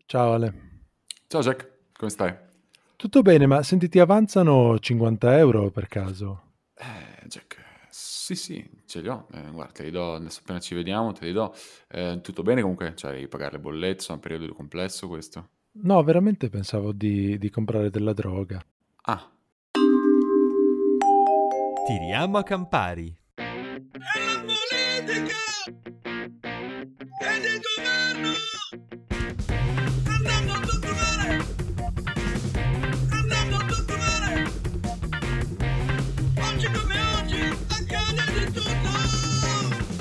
Ciao Ale. Ciao Jack, come stai? Tutto bene, ma senti, ti avanzano 50 euro per caso? Jack, sì sì, ce li ho. Guarda, te li do adesso appena ci vediamo, te li do. Tutto bene comunque? Cioè, devi pagare le bollette, è un periodo complesso questo. No, veramente pensavo di comprare della droga. Ah, Tiriamo a Campari. E la politica è di governo! Andando a tutto male! Andando a tutto male! Oggi come oggi accade di tutto!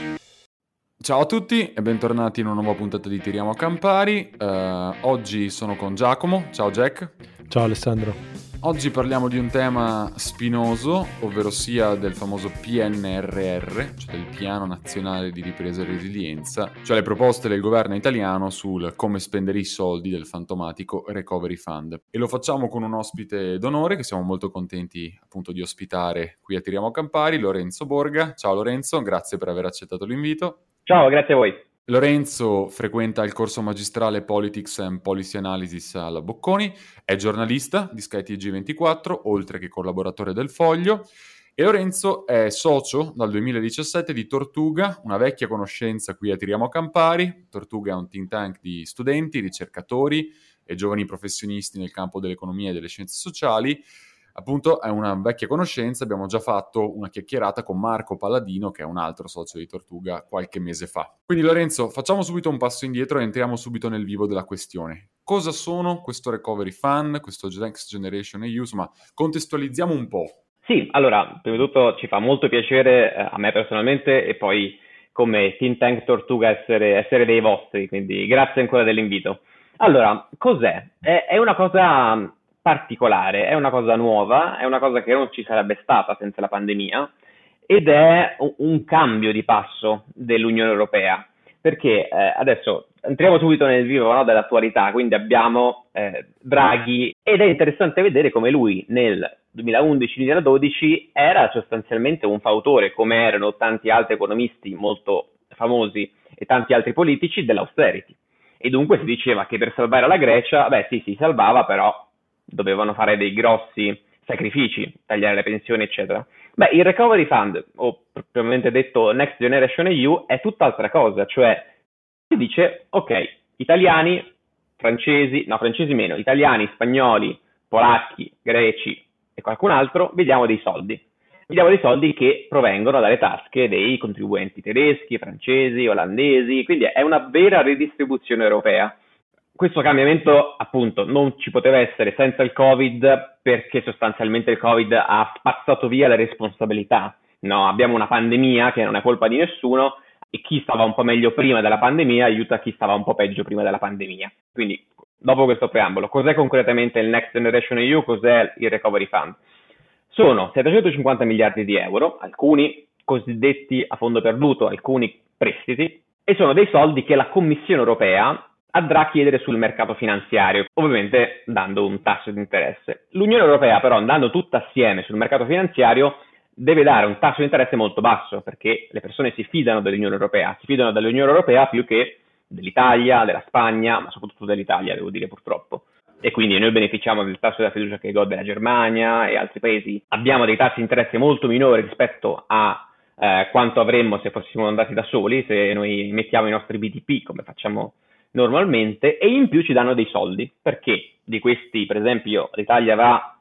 ciao a tutti e bentornati in una nuova puntata di Tiriamo a Campari. Oggi sono con Giacomo. Ciao Jack. Ciao Alessandro. Oggi parliamo di un tema spinoso, ovvero sia del famoso PNRR, cioè del Piano Nazionale di Ripresa e Resilienza, cioè le proposte del governo italiano sul come spendere i soldi del fantomatico Recovery Fund. E lo facciamo con un ospite d'onore che siamo molto contenti appunto di ospitare qui a Tiriamo a Campari, Lorenzo Borga. Ciao Lorenzo, grazie per aver accettato l'invito. Ciao, grazie a voi. Lorenzo frequenta il corso magistrale Politics and Policy Analysis alla Bocconi, è giornalista di SkyTG24, oltre che collaboratore del Foglio, e Lorenzo è socio dal 2017 di Tortuga, una vecchia conoscenza qui a Tiriamo a Campari. Tortuga è un think tank di studenti, ricercatori e giovani professionisti nel campo dell'economia e delle scienze sociali. Appunto è una vecchia conoscenza, abbiamo già fatto una chiacchierata con Marco Palladino, che è un altro socio di Tortuga, qualche mese fa. Quindi Lorenzo, facciamo subito un passo indietro e entriamo subito nel vivo della questione. Cosa sono questo Recovery Fund, questo Next Generation EU? Insomma, contestualizziamo un po'. Sì, allora, prima di tutto ci fa molto piacere a me personalmente e poi come Think Tank Tortuga essere dei vostri, quindi grazie ancora dell'invito. Allora, cos'è? È una cosa particolare, è una cosa nuova, è una cosa che non ci sarebbe stata senza la pandemia ed è un cambio di passo dell'Unione Europea, perché adesso entriamo subito nel vivo, no, dell'attualità, quindi abbiamo Draghi ed è interessante vedere come lui nel 2011-2012 era sostanzialmente un fautore, come erano tanti altri economisti molto famosi e tanti altri politici, dell'austerity. E dunque si diceva che per salvare la Grecia, beh sì, si salvava, però dovevano fare dei grossi sacrifici, tagliare le pensioni, eccetera. Beh, il Recovery Fund, o propriamente detto Next Generation EU, è tutt'altra cosa, cioè si dice, ok, italiani, francesi, no, francesi meno, italiani, spagnoli, polacchi, greci e qualcun altro, vediamo dei soldi. Vediamo dei soldi che provengono dalle tasche dei contribuenti tedeschi, francesi, olandesi, quindi è una vera ridistribuzione europea. Questo cambiamento appunto non ci poteva essere senza il Covid perché sostanzialmente il Covid ha spazzato via le responsabilità. No, abbiamo una pandemia che non è colpa di nessuno e chi stava un po' meglio prima della pandemia aiuta chi stava un po' peggio prima della pandemia. Quindi, dopo questo preambolo, cos'è concretamente il Next Generation EU? Cos'è il Recovery Fund? Sono 750 miliardi di euro, alcuni cosiddetti a fondo perduto, alcuni prestiti, e sono dei soldi che la Commissione europea andrà a chiedere sul mercato finanziario, ovviamente dando un tasso di interesse. L'Unione Europea però andando tutta assieme sul mercato finanziario deve dare un tasso di interesse molto basso perché le persone si fidano dell'Unione Europea, si fidano dell'Unione Europea più che dell'Italia, della Spagna, ma soprattutto dell'Italia, devo dire purtroppo. E quindi noi beneficiamo del tasso della fiducia che gode la Germania e altri paesi. Abbiamo dei tassi di interesse molto minori rispetto a quanto avremmo se fossimo andati da soli, se noi mettiamo i nostri BTP come facciamo normalmente, e in più ci danno dei soldi, perché di questi, per esempio, l'Italia va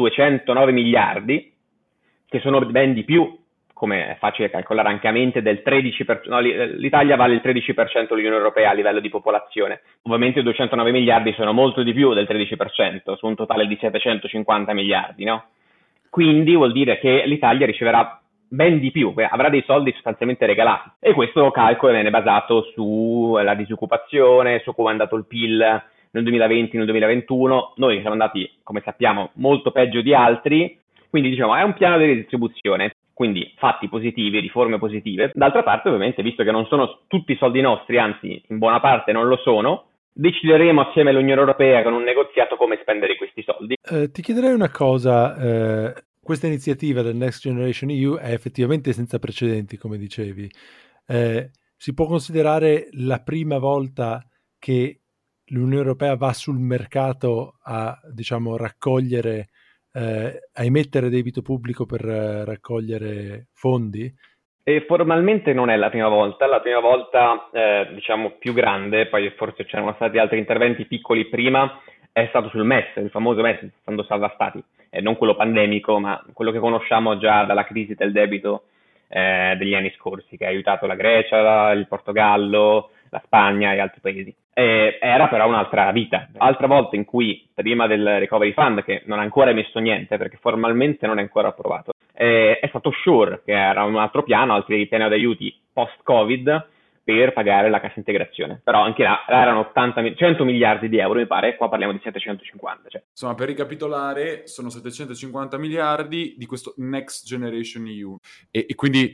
209 miliardi, che sono ben di più, come è facile calcolare anche a mente, del 13%, no, l'Italia vale il 13% dell'Unione Europea a livello di popolazione. Ovviamente 209 miliardi sono molto di più del 13%, su un totale di 750 miliardi, no? Quindi vuol dire che l'Italia riceverà ben di più, avrà dei soldi sostanzialmente regalati. E questo calcolo viene basato sulla disoccupazione, su come è andato il PIL nel 2020, nel 2021. Noi siamo andati, come sappiamo, molto peggio di altri, quindi diciamo è un piano di redistribuzione, quindi fatti positivi, riforme positive. D'altra parte ovviamente, visto che non sono tutti soldi nostri, anzi in buona parte non lo sono, decideremo assieme all'Unione Europea con un negoziato come spendere questi soldi. Ti chiederei una cosa, questa iniziativa del Next Generation EU è effettivamente senza precedenti, come dicevi. Si può considerare la prima volta che l'Unione Europea va sul mercato a, diciamo, raccogliere, a emettere debito pubblico per raccogliere fondi? E formalmente non è la prima volta diciamo più grande, poi forse c'erano stati altri interventi piccoli prima, è stato sul MES, il famoso MES, il Fondo Salva Stati, non quello pandemico, ma quello che conosciamo già dalla crisi del debito degli anni scorsi, che ha aiutato la Grecia, il Portogallo, la Spagna e altri paesi. Era però un'altra vita. Altra volta in cui, prima del Recovery Fund, che non ha ancora emesso niente perché formalmente non è ancora approvato, è stato SURE, che era un altro piano, altri piani di aiuti post-Covid per pagare la cassa integrazione. Però anche là erano 100 miliardi di euro, mi pare, qua parliamo di 750. Cioè. Insomma, per ricapitolare, sono 750 miliardi di questo Next Generation EU. E quindi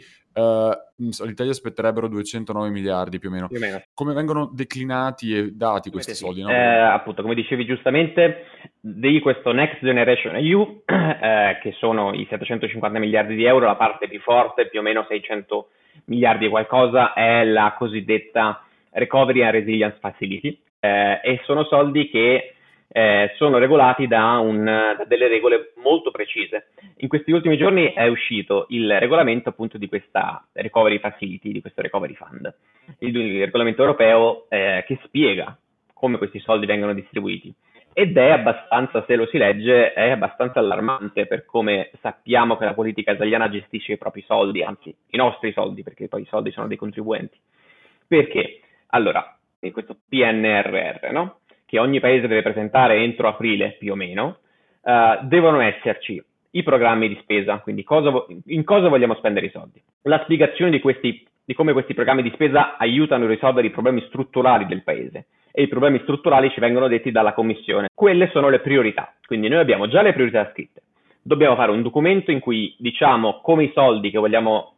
l'Italia aspetterebbero 209 miliardi più o meno. Come vengono declinati e dati questi soldi? No? Appunto, come dicevi giustamente, di questo Next Generation EU, che sono i 750 miliardi di euro, la parte più forte, più o meno 600 miliardi e qualcosa, è la cosiddetta Recovery and Resilience Facility, e sono soldi che sono regolati da delle regole molto precise. In questi ultimi giorni è uscito il regolamento appunto di questa Recovery Facility, di questo Recovery Fund, il regolamento europeo che spiega come questi soldi vengono distribuiti. Ed è abbastanza, se lo si legge, è abbastanza allarmante per come sappiamo che la politica italiana gestisce i propri soldi, anzi i nostri soldi, perché poi i soldi sono dei contribuenti. Perché? Allora, in questo PNRR, no? Che ogni paese deve presentare entro aprile più o meno, devono esserci i programmi di spesa, quindi in cosa vogliamo spendere i soldi. La spiegazione di come questi programmi di spesa aiutano a risolvere i problemi strutturali del paese. E i problemi strutturali ci vengono detti dalla Commissione. Quelle sono le priorità, quindi noi abbiamo già le priorità scritte. Dobbiamo fare un documento in cui diciamo come i soldi che vogliamo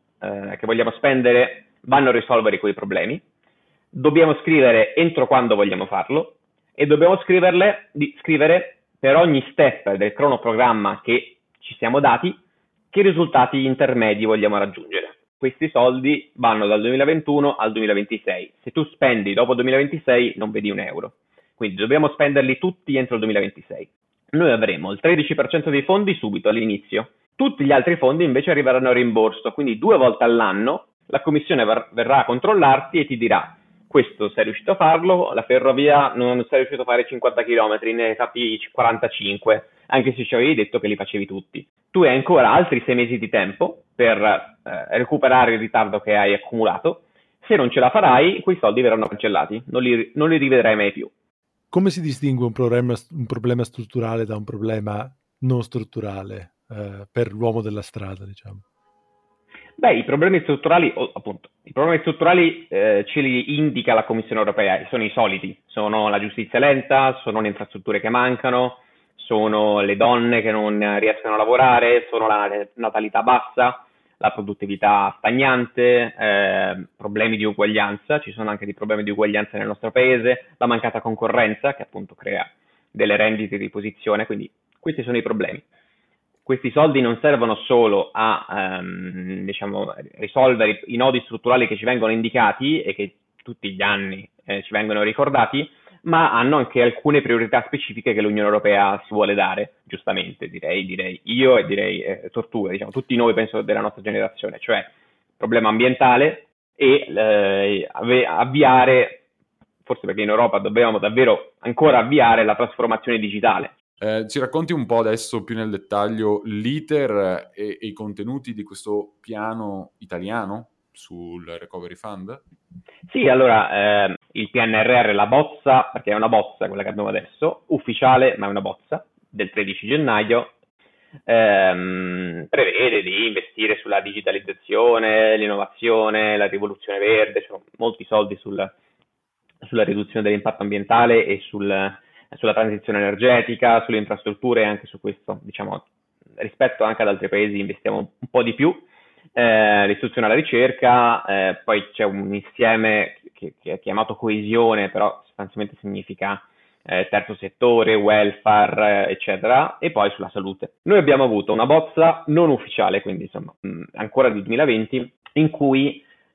spendere vanno a risolvere quei problemi. Dobbiamo scrivere entro quando vogliamo farlo e dobbiamo scrivere per ogni step del cronoprogramma che ci siamo dati che risultati intermedi vogliamo raggiungere. Questi soldi vanno dal 2021 al 2026. Se tu spendi dopo il 2026 non vedi un euro. Quindi dobbiamo spenderli tutti entro il 2026. Noi avremo il 13% dei fondi subito all'inizio. Tutti gli altri fondi invece arriveranno a rimborso. Quindi 2 volte all'anno la commissione verrà a controllarti e ti dirà: questo sei riuscito a farlo, la ferrovia non sei riuscito a fare 50 km, ne hai fatti 45, anche se ci avevi detto che li facevi tutti. Tu hai ancora altri 6 mesi di tempo per recuperare il ritardo che hai accumulato. Se non ce la farai, quei soldi verranno cancellati, non li rivedrai mai più. Come si distingue un problema strutturale da un problema non strutturale per l'uomo della strada, diciamo? Beh, i problemi strutturali ce li indica la Commissione europea, sono i soliti, sono la giustizia lenta, sono le infrastrutture che mancano, sono le donne che non riescono a lavorare, sono la natalità bassa, la produttività stagnante, problemi di uguaglianza, ci sono anche dei problemi di uguaglianza nel nostro paese, la mancata concorrenza che appunto crea delle rendite di posizione, quindi questi sono i problemi. Questi soldi non servono solo a risolvere i nodi strutturali che ci vengono indicati e che tutti gli anni ci vengono ricordati, ma hanno anche alcune priorità specifiche che l'Unione Europea si vuole dare, giustamente, direi io e direi Tortura, diciamo, tutti noi penso della nostra generazione, cioè problema ambientale e avviare, forse perché in Europa dobbiamo davvero ancora avviare la trasformazione digitale. Ci racconti un po' adesso più nel dettaglio l'iter e i contenuti di questo piano italiano sul Recovery Fund? Sì, allora il PNRR, la bozza, perché è una bozza quella che abbiamo adesso, ufficiale ma è una bozza, del 13 gennaio, prevede di investire sulla digitalizzazione, l'innovazione, la rivoluzione verde, cioè molti soldi sulla riduzione dell'impatto ambientale e sulla transizione energetica, sulle infrastrutture, anche su questo, diciamo, rispetto anche ad altri paesi investiamo un po' di più, l'istruzione alla ricerca, poi c'è un insieme che è chiamato coesione, però sostanzialmente significa terzo settore, welfare, eccetera, e poi sulla salute. Noi abbiamo avuto una bozza non ufficiale, quindi insomma ancora di 2020, in cui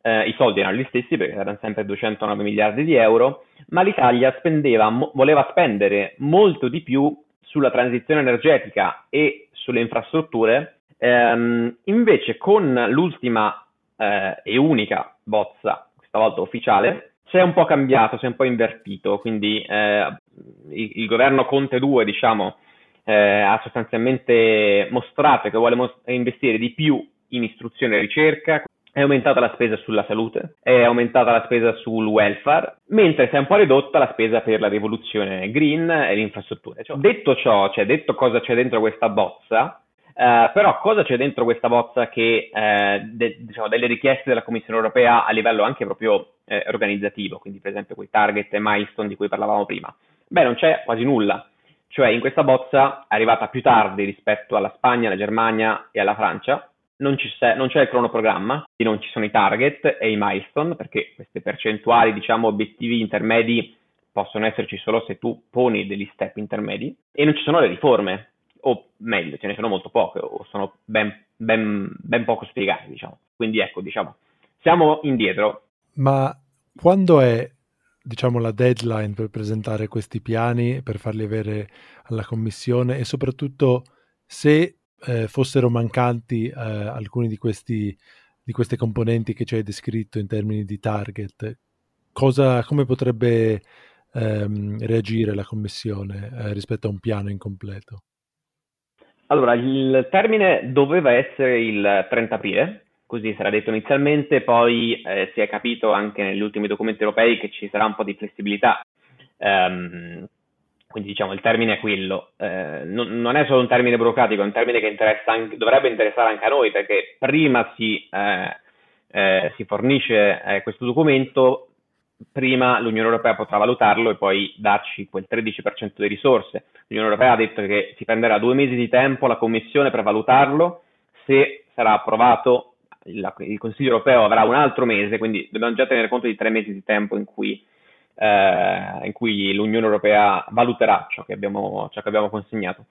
i soldi erano gli stessi perché erano sempre 209 miliardi di euro, ma l'Italia voleva spendere molto di più sulla transizione energetica e sulle infrastrutture, invece con l'ultima e unica bozza, questa volta ufficiale, si è un po' cambiato, si è un po' invertito, quindi il governo Conte 2, diciamo, ha sostanzialmente mostrato che vuole investire di più in istruzione e ricerca. È aumentata la spesa sulla salute, è aumentata la spesa sul welfare, mentre si è un po' ridotta la spesa per la rivoluzione green e le infrastrutture. Detto ciò, detto cosa c'è dentro questa bozza, però cosa c'è dentro questa bozza che diciamo, delle richieste della Commissione europea a livello anche proprio organizzativo, quindi per esempio quei target e milestone di cui parlavamo prima? Beh, non c'è quasi nulla. Cioè in questa bozza è arrivata più tardi rispetto alla Spagna, alla Germania e alla Francia. Non c'è il cronoprogramma, non ci sono i target e i milestone, perché queste percentuali, diciamo, obiettivi intermedi possono esserci solo se tu poni degli step intermedi, e non ci sono le riforme, o meglio, ce ne sono molto poche, o sono ben poco spiegate, diciamo. Quindi ecco, diciamo, siamo indietro. Ma quando è, diciamo, la deadline per presentare questi piani, per farli avere alla Commissione, e soprattutto se fossero mancanti alcuni di queste componenti che ci hai descritto in termini di target, come potrebbe reagire la Commissione rispetto a un piano incompleto? Allora, il termine doveva essere il 30 aprile, così sarà detto inizialmente, poi si è capito anche negli ultimi documenti europei che ci sarà un po' di flessibilità. Quindi diciamo il termine è quello. Non è solo un termine burocratico, è un termine che dovrebbe interessare anche a noi, perché prima si fornisce questo documento, prima l'Unione Europea potrà valutarlo e poi darci quel 13% di risorse. L'Unione Europea ha detto che si prenderà 2 mesi di tempo la Commissione per valutarlo. Se sarà approvato, il Consiglio Europeo avrà un altro mese, quindi dobbiamo già tenere conto di 3 mesi di tempo in cui l'Unione Europea valuterà ciò che abbiamo consegnato.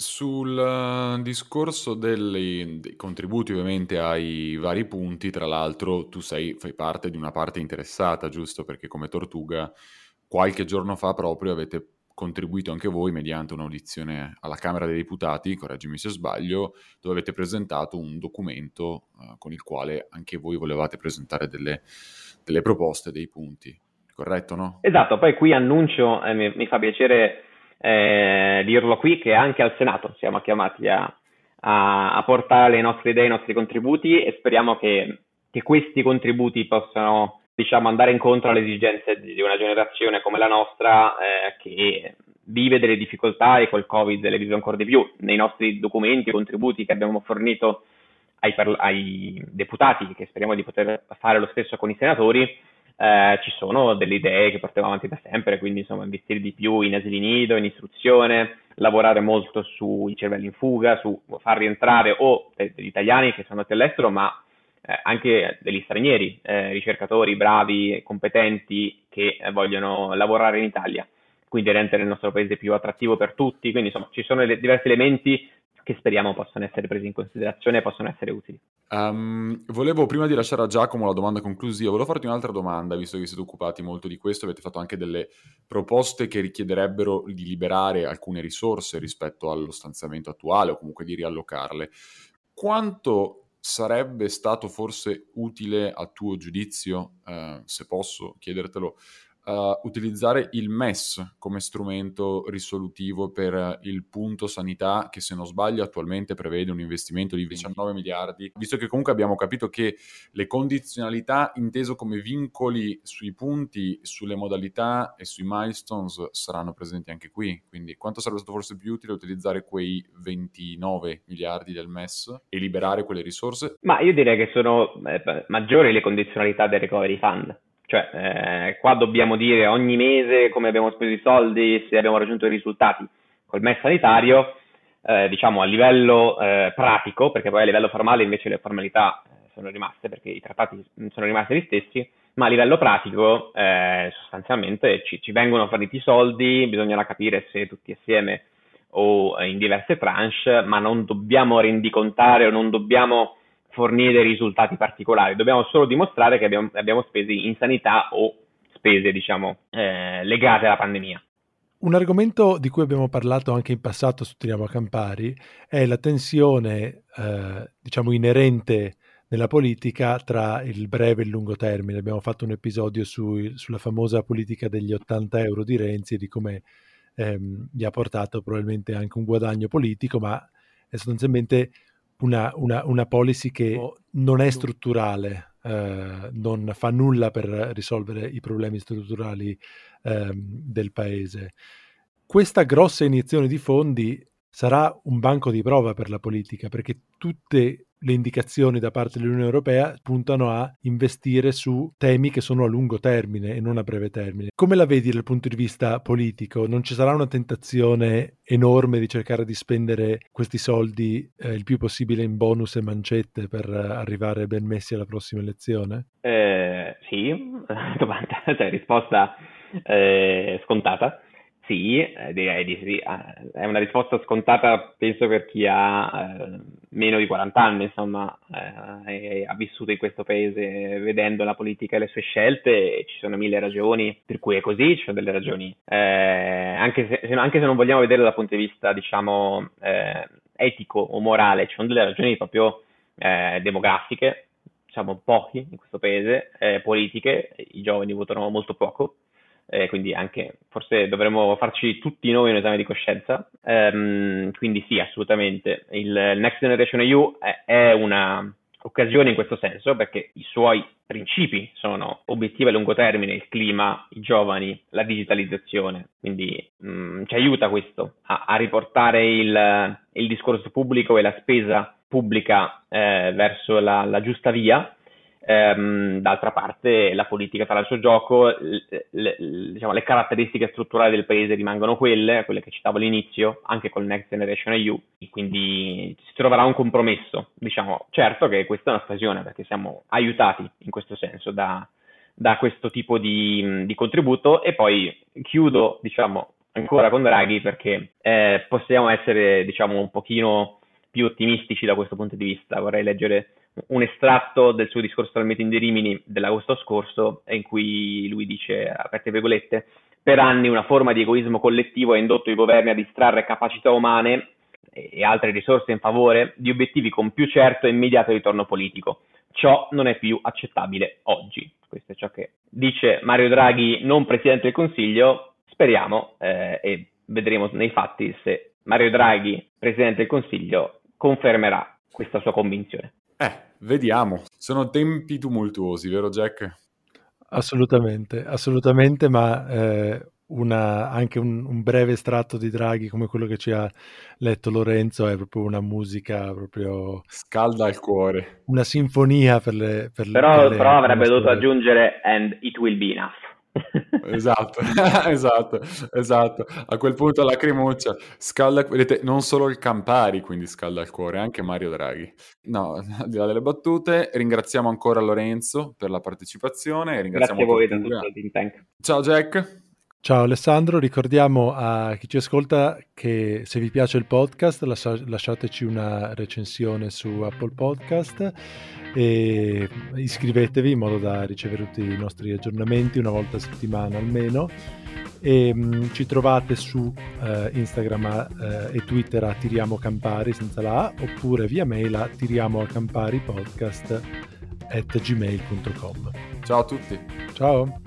Sul discorso dei contributi ovviamente ai vari punti, tra l'altro tu fai parte di una parte interessata, giusto? Perché come Tortuga qualche giorno fa proprio avete contribuito anche voi mediante un'audizione alla Camera dei Deputati, correggimi se sbaglio, dove avete presentato un documento con il quale anche voi volevate presentare delle proposte, dei punti, corretto, no? Esatto, poi qui annuncio, mi fa piacere dirlo qui, che anche al Senato siamo chiamati a portare le nostre idee, i nostri contributi, e speriamo che questi contributi possano, diciamo, andare incontro alle esigenze di una generazione come la nostra, che vive delle difficoltà e col Covid le vive ancora di più. Nei nostri documenti, contributi che abbiamo fornito ai deputati, che speriamo di poter fare lo stesso con i senatori, ci sono delle idee che portiamo avanti da sempre, quindi insomma investire di più in asili nido, in istruzione, lavorare molto sui cervelli in fuga, su far rientrare o degli italiani che sono andati all'estero, ma anche degli stranieri, ricercatori bravi, competenti, che vogliono lavorare in Italia, quindi rendere il nostro paese più attrattivo per tutti. Quindi insomma ci sono diversi elementi che speriamo possano essere presi in considerazione e possano essere utili. Volevo, prima di lasciare a Giacomo la domanda conclusiva, volevo farti un'altra domanda, visto che siete occupati molto di questo, avete fatto anche delle proposte che richiederebbero di liberare alcune risorse rispetto allo stanziamento attuale o comunque di riallocarle. Quanto sarebbe stato forse utile, a tuo giudizio, se posso chiedertelo, utilizzare il MES come strumento risolutivo per il punto sanità, che se non sbaglio attualmente prevede un investimento di 19 miliardi, visto che comunque abbiamo capito che le condizionalità inteso come vincoli sui punti, sulle modalità e sui milestones saranno presenti anche qui, quindi quanto sarebbe stato forse più utile utilizzare quei 29 miliardi del MES e liberare quelle risorse? Ma io direi che sono maggiori le condizionalità del Recovery Fund. Cioè, qua dobbiamo dire ogni mese come abbiamo speso i soldi, se abbiamo raggiunto i risultati. Col MES sanitario, diciamo a livello pratico, perché poi a livello formale invece le formalità sono rimaste, perché i trattati sono rimasti gli stessi, ma a livello pratico sostanzialmente ci vengono forniti i soldi, bisognerà capire se tutti assieme o in diverse tranche, ma non dobbiamo rendicontare o non dobbiamo fornire dei risultati particolari, dobbiamo solo dimostrare che abbiamo spesi in sanità o spese, diciamo, legate alla pandemia. Un argomento di cui abbiamo parlato anche in passato su Tiriamo a Campari è la tensione, diciamo, inerente nella politica tra il breve e il lungo termine. Abbiamo fatto un episodio sulla famosa politica degli 80 euro di Renzi e di come gli ha portato probabilmente anche un guadagno politico, ma è sostanzialmente una policy che non è strutturale, non fa nulla per risolvere i problemi strutturali del paese. Questa grossa iniezione di fondi sarà un banco di prova per la politica, perché tutte le indicazioni da parte dell'Unione Europea puntano a investire su temi che sono a lungo termine e non a breve termine. Come la vedi dal punto di vista politico? Non ci sarà una tentazione enorme di cercare di spendere questi soldi il più possibile in bonus e mancette per arrivare ben messi alla prossima elezione? Sì, domanda, cioè risposta scontata. Sì, direi di sì. È una risposta scontata, penso, per chi ha meno di 40 anni, insomma, e ha vissuto in questo paese vedendo la politica e le sue scelte, e ci sono mille ragioni per cui è così, ci sono delle ragioni, anche se non vogliamo vederlo dal punto di vista, diciamo, etico o morale, ci sono delle ragioni proprio demografiche, diciamo pochi in questo paese, politiche, i giovani votano molto poco. Quindi anche forse dovremmo farci tutti noi un esame di coscienza, quindi sì, assolutamente il Next Generation EU è una occasione in questo senso, perché i suoi principi sono obiettivi a lungo termine: il clima, i giovani, la digitalizzazione, quindi ci aiuta questo a riportare il discorso pubblico e la spesa pubblica verso la giusta via. D'altra parte la politica farà il suo gioco, diciamo, le caratteristiche strutturali del paese rimangono quelle che citavo all'inizio, anche col Next Generation EU, quindi si troverà un compromesso. Diciamo, certo che questa è un'occasione, perché siamo aiutati in questo senso da questo tipo di contributo. E poi chiudo, diciamo, ancora con Draghi, perché possiamo essere, diciamo, un pochino più ottimistici da questo punto di vista. Vorrei leggere un estratto del suo discorso al meeting di Rimini dell'agosto scorso, in cui lui dice, aperte virgolette: per anni una forma di egoismo collettivo ha indotto i governi a distrarre capacità umane e altre risorse in favore di obiettivi con più certo e immediato ritorno politico. Ciò non è più accettabile oggi. Questo è ciò che dice Mario Draghi, non Presidente del Consiglio. Speriamo e vedremo nei fatti se Mario Draghi, Presidente del Consiglio, confermerà questa sua convinzione. Vediamo. Sono tempi tumultuosi, vero Jack? Assolutamente, ma anche un breve estratto di Draghi come quello che ci ha letto Lorenzo è proprio una musica, proprio scalda il cuore. Una sinfonia però avrebbe dovuto aggiungere "and it will be enough". Esatto. A quel punto lacrimuccia, scalda, vedete, non solo il Campari quindi scalda il cuore, anche Mario Draghi. No, al di là delle battute, ringraziamo ancora Lorenzo per la partecipazione e ringraziamo Grazie a voi da tutto il Think Tank. Ciao Jack. Ciao Alessandro, ricordiamo a chi ci ascolta che se vi piace il podcast lasciateci una recensione su Apple Podcast e iscrivetevi in modo da ricevere tutti i nostri aggiornamenti una volta a settimana almeno, e ci trovate su Instagram e Twitter a Tiriamo Campari senza la A, oppure via mail a tiriamoacamparipodcast@gmail.com. Ciao a tutti. Ciao.